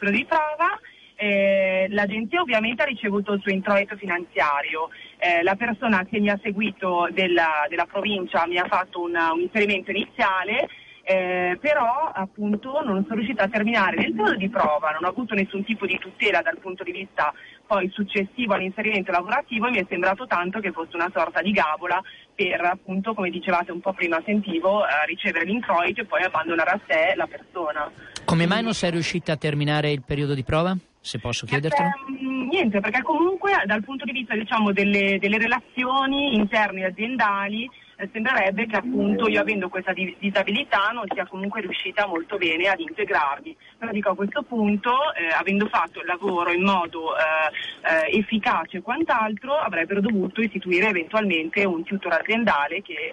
L'agenzia ovviamente ha ricevuto il suo introito finanziario, la persona che mi ha seguito della provincia mi ha fatto un inserimento iniziale, però appunto non sono riuscita a terminare nel periodo di prova, non ho avuto nessun tipo di tutela dal punto di vista poi successivo all'inserimento lavorativo, e mi è sembrato tanto che fosse una sorta di gabola per appunto, come dicevate un po' prima sentivo, ricevere l'introito e poi abbandonare a sé la persona. Come mai non sei riuscita a terminare il periodo di prova, se posso chiedertelo? Niente, perché comunque dal punto di vista diciamo delle relazioni interne aziendali sembrerebbe che appunto io, avendo questa disabilità, non sia comunque riuscita molto bene ad integrarmi. Però dico, a questo punto, avendo fatto il lavoro in modo efficace e quant'altro, avrebbero dovuto istituire eventualmente un tutor aziendale che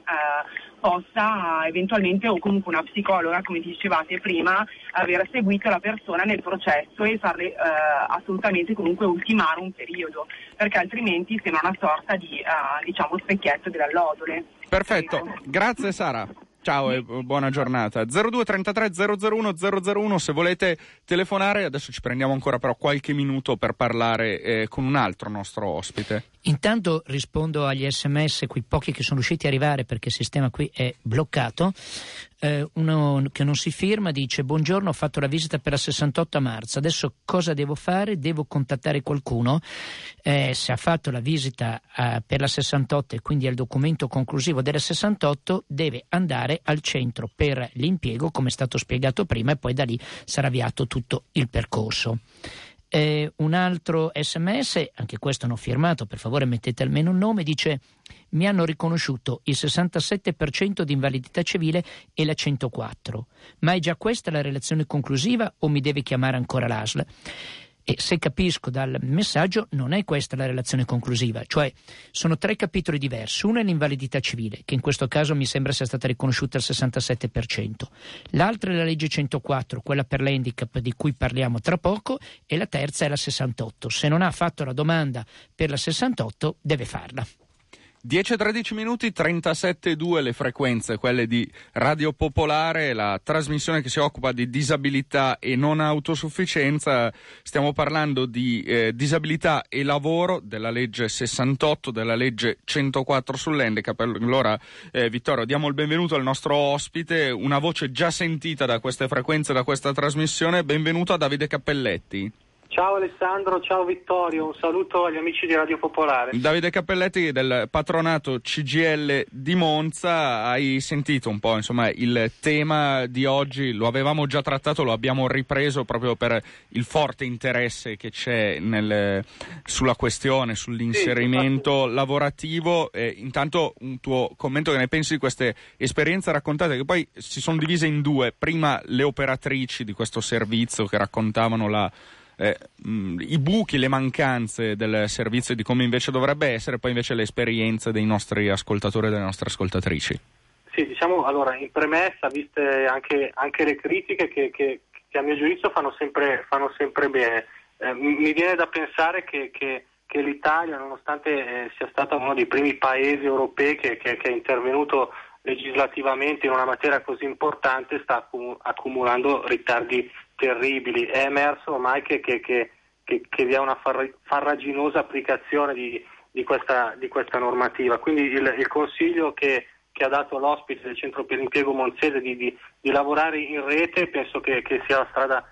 possa eventualmente, o comunque una psicologa, come dicevate prima, aver seguito la persona nel processo e farle assolutamente comunque ultimare un periodo, perché altrimenti sembra una sorta di diciamo specchietto dell'allodole. Perfetto, grazie Sara. Ciao e buona giornata. 0233 001 001 se volete telefonare. Adesso ci prendiamo ancora però qualche minuto per parlare con un altro nostro ospite. Intanto rispondo agli sms, quei pochi che sono riusciti a arrivare perché il sistema qui è bloccato. Uno che non si firma dice: buongiorno, ho fatto la visita per la 68 a marzo, adesso cosa devo fare? Devo contattare qualcuno? Se ha fatto la visita per la 68 e quindi ha il documento conclusivo della 68, deve andare al centro per l'impiego, come è stato spiegato prima, e poi da lì sarà avviato tutto il percorso. Un altro sms, anche questo non firmato, per favore mettete almeno un nome, dice: mi hanno riconosciuto il 67% di invalidità civile e la 104, ma è già questa la relazione conclusiva o mi deve chiamare ancora l'ASL? E se capisco dal messaggio, non è questa la relazione conclusiva, cioè sono 3 capitoli diversi. Uno è l'invalidità civile, che in questo caso mi sembra sia stata riconosciuta al 67%. L'altra è la legge 104, quella per l'handicap di cui parliamo tra poco, e la terza è la 68. Se non ha fatto la domanda per la 68, deve farla. 10-13 minuti, 37,2 le frequenze, quelle di Radio Popolare, la trasmissione che si occupa di disabilità e non autosufficienza. Stiamo parlando di disabilità e lavoro, della legge 68, della legge 104 sull'handicap. Allora, Vittorio, diamo il benvenuto al nostro ospite, una voce già sentita da queste frequenze, da questa trasmissione. Benvenuto a Davide Cappelletti. Ciao Alessandro, ciao Vittorio, un saluto agli amici di Radio Popolare. Davide Cappelletti del patronato CGIL di Monza, hai sentito un po' insomma il tema di oggi, lo avevamo già trattato, lo abbiamo ripreso proprio per il forte interesse che c'è sulla questione, sull'inserimento lavorativo. Intanto un tuo commento, che ne pensi di queste esperienze raccontate, che poi si sono divise in due: prima le operatrici di questo servizio che raccontavano i buchi, le mancanze del servizio e di come invece dovrebbe essere, poi invece le esperienze dei nostri ascoltatori e delle nostre ascoltatrici. Sì, diciamo, allora, in premessa, viste anche le critiche che a mio giudizio fanno sempre bene, mi viene da pensare che l'Italia, nonostante sia stata uno dei primi paesi europei che è intervenuto legislativamente in una materia così importante, sta accumulando ritardi terribili. È emerso ormai che vi è una farraginosa applicazione di questa normativa. Quindi il consiglio che ha dato l'ospite del Centro per l'Impiego Monzese di lavorare in rete penso che sia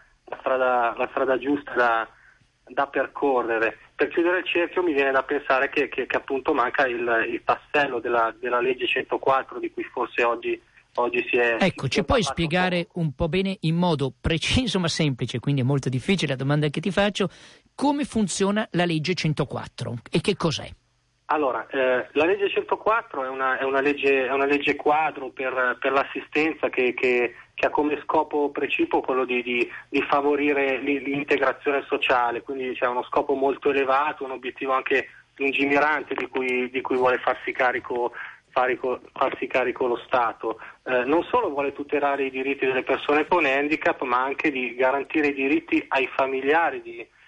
la strada giusta da percorrere. Per chiudere il cerchio mi viene da pensare che appunto manca il tassello della legge 104 di cui forse oggi si è... Ecco, ci puoi spiegare un po' bene, in modo preciso ma semplice, quindi è molto difficile la domanda che ti faccio, come funziona la legge 104 e che cos'è? Allora, la legge 104 è una legge quadro per l'assistenza che ha come scopo precipuo quello di favorire l'integrazione sociale, quindi c'è uno scopo molto elevato, un obiettivo anche lungimirante di cui vuole farsi carico farsi carico lo Stato. Non solo vuole tutelare i diritti delle persone con handicap, ma anche di garantire i diritti ai familiari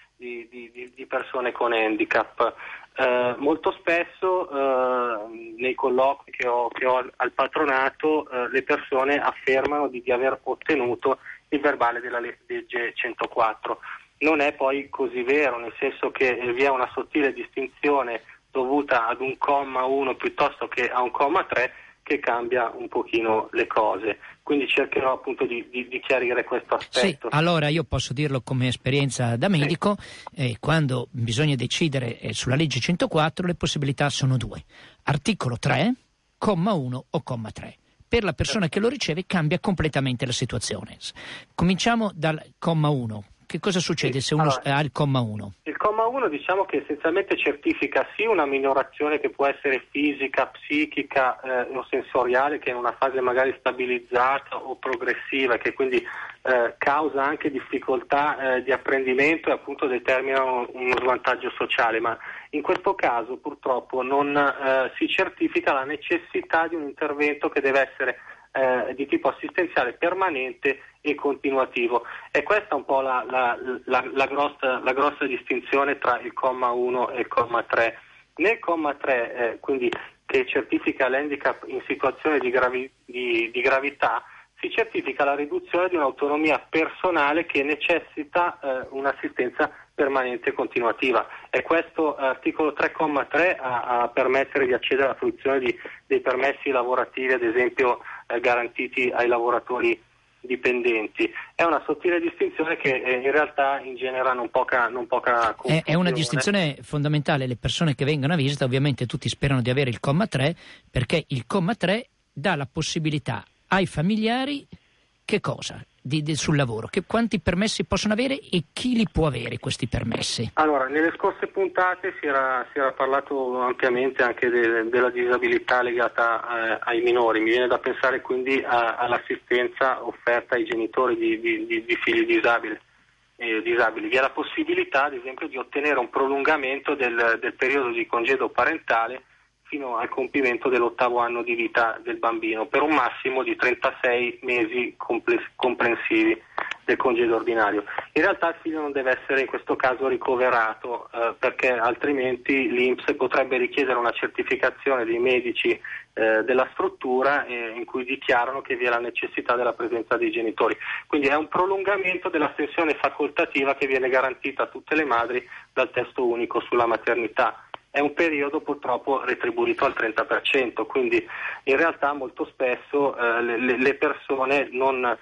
di persone con handicap. Molto spesso nei colloqui che ho al patronato le persone affermano di aver ottenuto il verbale della legge 104. Non è poi così vero, nel senso che vi è una sottile distinzione dovuta ad un comma 1 piuttosto che a un comma 3 che cambia un pochino le cose. Quindi cercherò appunto di chiarire questo aspetto. Sì, allora io posso dirlo come esperienza da medico, quando bisogna decidere sulla legge 104 le possibilità sono due: articolo 3, comma 1 o comma 3. Per la persona che lo riceve cambia completamente la situazione. Cominciamo dal comma 1. Che cosa succede se uno ha il comma 1? Il comma 1 diciamo che essenzialmente certifica sì una minorazione che può essere fisica, psichica o sensoriale, che è in una fase magari stabilizzata o progressiva, che quindi causa anche difficoltà di apprendimento e appunto determina uno svantaggio sociale, ma in questo caso purtroppo non si certifica la necessità di un intervento che deve essere di tipo assistenziale permanente e continuativo. E questa è un po' la grossa distinzione tra il comma 1 e il comma 3. Nel comma 3, quindi che certifica l'handicap in situazione di gravità, si certifica la riduzione di un'autonomia personale che necessita un'assistenza permanente e continuativa. E questo articolo 3,3 a permettere di accedere alla fruizione dei permessi lavorativi, ad esempio garantiti ai lavoratori dipendenti. È una sottile distinzione che in realtà ingenera non poca confusione. È una distinzione fondamentale. Le persone che vengono a visita ovviamente tutti sperano di avere il comma 3, perché il comma 3 dà la possibilità ai familiari che cosa? Sul lavoro, quanti permessi possono avere e chi li può avere questi permessi? Allora, nelle scorse puntate si era parlato ampiamente anche della disabilità legata ai minori. Mi viene da pensare quindi all'assistenza offerta ai genitori di figli disabili. Vi è la possibilità, ad esempio, di ottenere un prolungamento del periodo di congedo parentale fino al compimento dell'8° anno di vita del bambino, per un massimo di 36 mesi comprensivi del congedo ordinario. In realtà il figlio non deve essere in questo caso ricoverato, perché altrimenti l'INPS potrebbe richiedere una certificazione dei medici della struttura in cui dichiarano che vi è la necessità della presenza dei genitori. Quindi è un prolungamento dell'astensione facoltativa che viene garantita a tutte le madri dal testo unico sulla maternità. È un periodo purtroppo retribuito al 30%, quindi in realtà molto spesso le persone non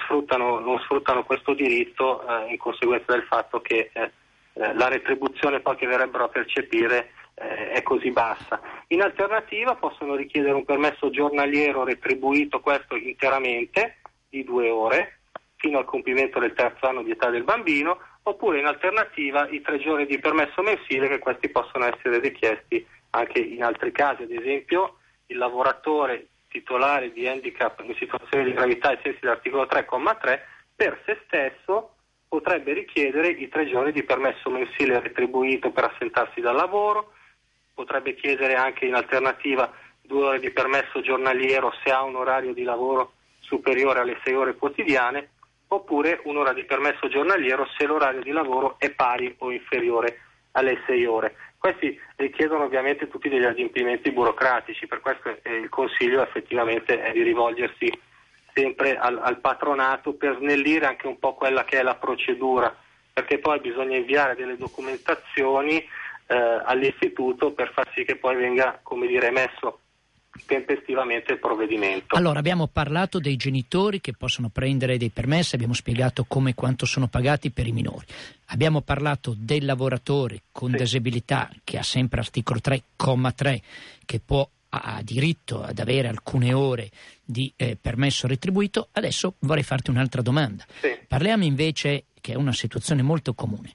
sfruttano questo diritto in conseguenza del fatto che la retribuzione poi che verrebbero a percepire è così bassa. In alternativa possono richiedere un permesso giornaliero retribuito, questo interamente, di 2 ore, fino al compimento del 3° anno di età del bambino, oppure in alternativa i 3 giorni di permesso mensile, che questi possono essere richiesti anche in altri casi. Ad esempio il lavoratore titolare di handicap in situazione di gravità ai sensi dell'articolo 3,3 per se stesso potrebbe richiedere i 3 giorni di permesso mensile retribuito per assentarsi dal lavoro, potrebbe chiedere anche in alternativa 2 ore di permesso giornaliero se ha un orario di lavoro superiore alle 6 ore quotidiane, oppure 1 ora di permesso giornaliero se l'orario di lavoro è pari o inferiore alle 6 ore. Questi richiedono ovviamente tutti degli adempimenti burocratici, per questo il consiglio effettivamente è di rivolgersi sempre al patronato per snellire anche un po' quella che è la procedura, perché poi bisogna inviare delle documentazioni all'istituto per far sì che poi venga, emesso tempestivamente il provvedimento. Allora, abbiamo parlato dei genitori che possono prendere dei permessi, abbiamo spiegato come e quanto sono pagati per i minori, abbiamo parlato del lavoratore con disabilità che ha sempre articolo 3,3 che ha diritto ad avere alcune ore di permesso retribuito. Adesso vorrei farti un'altra domanda. Parliamo invece, che è una situazione molto comune,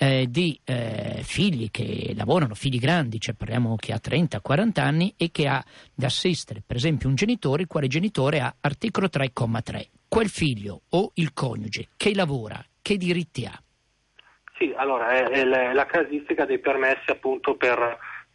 di figli che lavorano, figli grandi, cioè parliamo che ha 30-40 anni e che ha da assistere per esempio un genitore, il quale genitore ha articolo 3,3. Quel figlio o il coniuge che lavora, che diritti ha? Sì, allora è la casistica dei permessi appunto per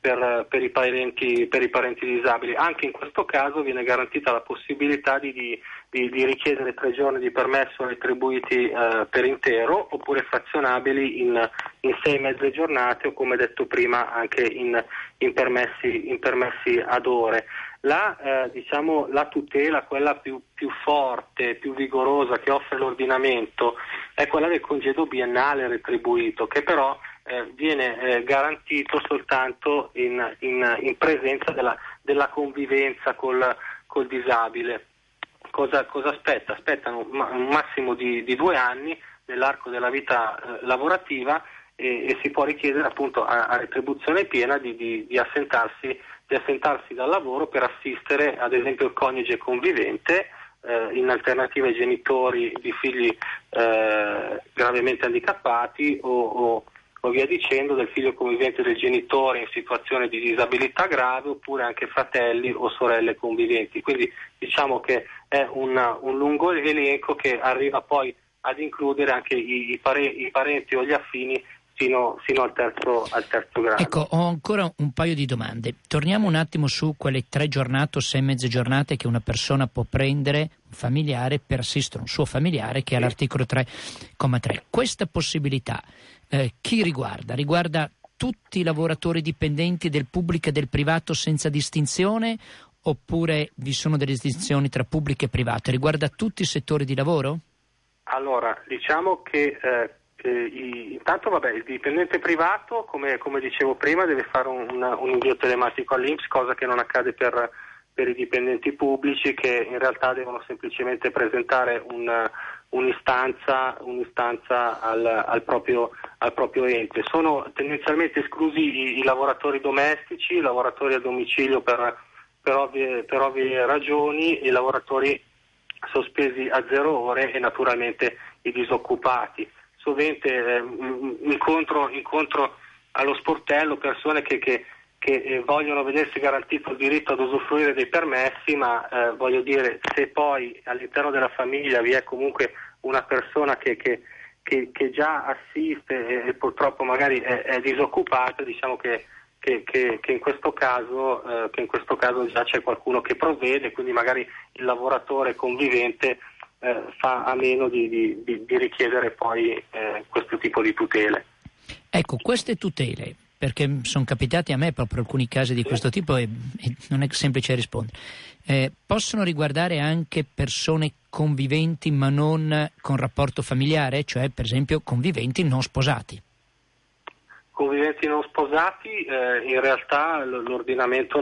per i parenti disabili. Anche in questo caso viene garantita la possibilità di richiedere 3 giorni di permesso retribuiti per intero, oppure frazionabili in 6 mezze giornate, o come detto prima anche in permessi ad ore. La tutela, quella più forte, più vigorosa che offre l'ordinamento, è quella del congedo biennale retribuito, che però viene garantito soltanto in presenza della convivenza col disabile. Cosa aspetta? Aspettano un massimo di 2 anni nell'arco della vita lavorativa, e si può richiedere appunto a retribuzione piena di assentarsi dal lavoro per assistere ad esempio il coniuge convivente, in alternativa ai genitori di figli gravemente handicappati, o via dicendo, del figlio convivente del genitore in situazione di disabilità grave, oppure anche fratelli o sorelle conviventi. Quindi diciamo che è un lungo elenco che arriva poi ad includere anche i parenti o gli affini fino al terzo grado. Ecco, ho ancora un paio di domande. Torniamo un attimo su quelle 3 giornate o 6 mezze giornate che una persona può prendere, un familiare, per assistere un suo familiare, che è all'articolo 3,3. Questa possibilità chi riguarda? Riguarda tutti i lavoratori dipendenti del pubblico e del privato senza distinzione, oppure vi sono delle distinzioni tra pubblico e privato? Riguarda tutti i settori di lavoro? Allora, diciamo che intanto il dipendente privato, come dicevo prima, deve fare un invio telematico all'INPS, cosa che non accade per i dipendenti pubblici, che in realtà devono semplicemente presentare un'istanza al proprio ente. Sono tendenzialmente esclusi i lavoratori domestici, i lavoratori a domicilio per ovvie ragioni, i lavoratori sospesi a 0 ore e naturalmente i disoccupati. Sovente incontro allo sportello persone che vogliono vedersi garantito il diritto ad usufruire dei permessi, ma voglio dire, se poi all'interno della famiglia vi è comunque una persona che già assiste e purtroppo magari è disoccupata, diciamo che in questo caso già c'è qualcuno che provvede, quindi magari il lavoratore convivente fa a meno di richiedere poi questo tipo di tutele. Ecco, queste tutele, perché sono capitati a me proprio alcuni casi di questo tipo e non è semplice rispondere, possono riguardare anche persone conviventi ma non con rapporto familiare, cioè per esempio conviventi non sposati? Conviventi non sposati in realtà l'ordinamento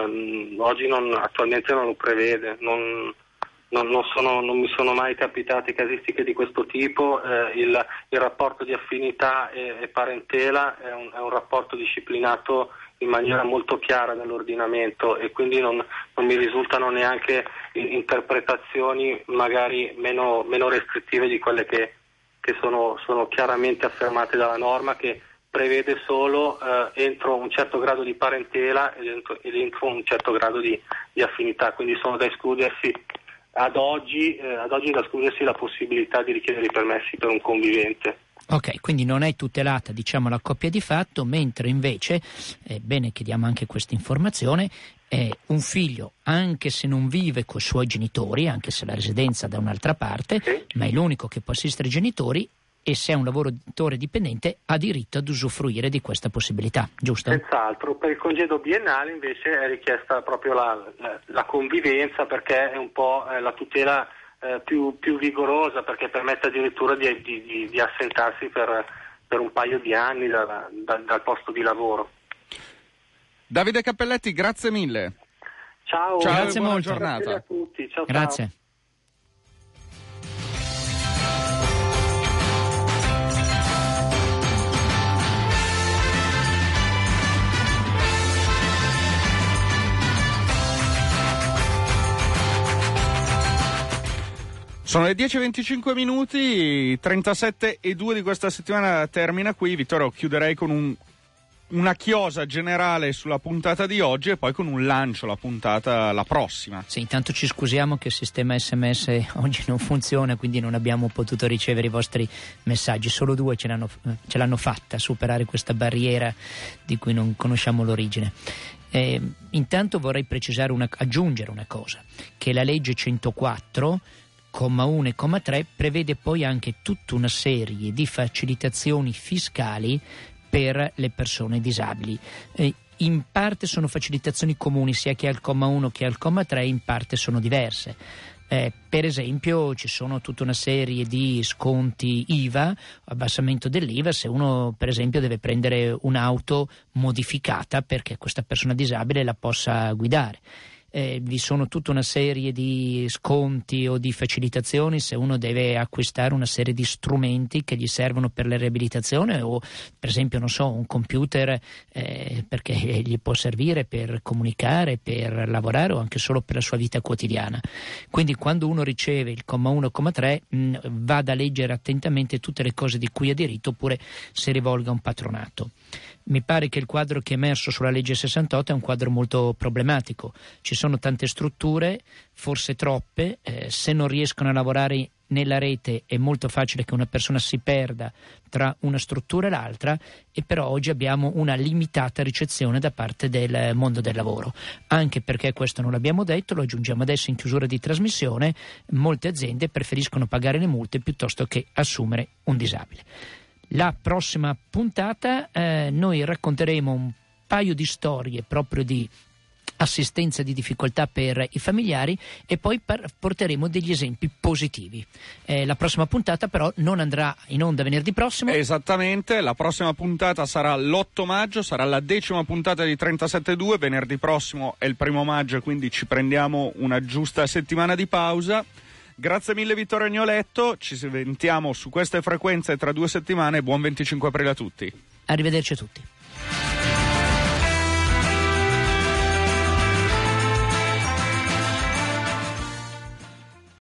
attualmente non lo prevede. Non mi sono mai capitate casistiche di questo tipo. Il rapporto di affinità e parentela è un rapporto disciplinato in maniera molto chiara nell'ordinamento, e quindi non mi risultano neanche interpretazioni magari meno restrittive di quelle che sono chiaramente affermate dalla norma, che prevede solo entro un certo grado di parentela ed entro un certo grado di affinità, quindi sono da escludersi ad oggi da escludersi la possibilità di richiedere i permessi per un convivente. Ok, quindi non è tutelata, diciamo, la coppia di fatto, mentre invece, è bene che diamo anche questa informazione, un figlio, anche se non vive con i suoi genitori, anche se la residenza è da un'altra parte, sì, ma è l'unico che può assistere i genitori, e se è un lavoratore dipendente ha diritto ad usufruire di questa possibilità, giusto? Senz'altro. Per il congedo biennale invece è richiesta proprio la convivenza, perché è un po' la tutela più vigorosa, perché permette addirittura di assentarsi per un paio di anni dal posto di lavoro. Davide Cappelletti, grazie mille. Ciao, grazie buona molto. Giornata a tutti. Ciao, grazie. Ciao. Sono le 10:25 minuti, 37 e 2 di questa settimana termina qui. Vittorio, chiuderei con un una chiosa generale sulla puntata di oggi e poi con un lancio la prossima. Sì, intanto ci scusiamo che il sistema SMS oggi non funziona, quindi non abbiamo potuto ricevere i vostri messaggi. Solo 2 ce l'hanno fatta superare questa barriera di cui non conosciamo l'origine. Intanto vorrei aggiungere una cosa, che la legge 104 comma 1 e comma 3 prevede poi anche tutta una serie di facilitazioni fiscali per le persone disabili. In parte sono facilitazioni comuni sia che al comma 1 che al comma 3, in parte sono diverse. Per esempio ci sono tutta una serie di sconti IVA, abbassamento dell'IVA se uno per esempio deve prendere un'auto modificata perché questa persona disabile la possa guidare. Vi sono tutta una serie di sconti o di facilitazioni se uno deve acquistare una serie di strumenti che gli servono per la riabilitazione, o per esempio un computer perché gli può servire per comunicare, per lavorare o anche solo per la sua vita quotidiana. Quindi quando uno riceve il comma 1 e comma 3 vada a leggere attentamente tutte le cose di cui ha diritto, oppure si rivolga a un patronato. Mi pare che il quadro che è emerso sulla legge 68 è un quadro molto problematico. Ci sono tante strutture, forse troppe, se non riescono a lavorare nella rete è molto facile che una persona si perda tra una struttura e l'altra, e però oggi abbiamo una limitata ricezione da parte del mondo del lavoro. Anche perché, questo non l'abbiamo detto, lo aggiungiamo adesso in chiusura di trasmissione, molte aziende preferiscono pagare le multe piuttosto che assumere un disabile. La prossima puntata noi racconteremo un paio di storie proprio di assistenza di difficoltà per i familiari e poi porteremo degli esempi positivi. La prossima puntata però non andrà in onda venerdì prossimo. Esattamente, la prossima puntata sarà l'8 maggio, sarà la 10ª puntata di 37.2, venerdì prossimo è il 1 maggio e quindi ci prendiamo una giusta settimana di pausa. Grazie mille Vittorio Agnoletto, ci sentiamo su queste frequenze tra 2 settimane, buon 25 aprile a tutti. Arrivederci a tutti.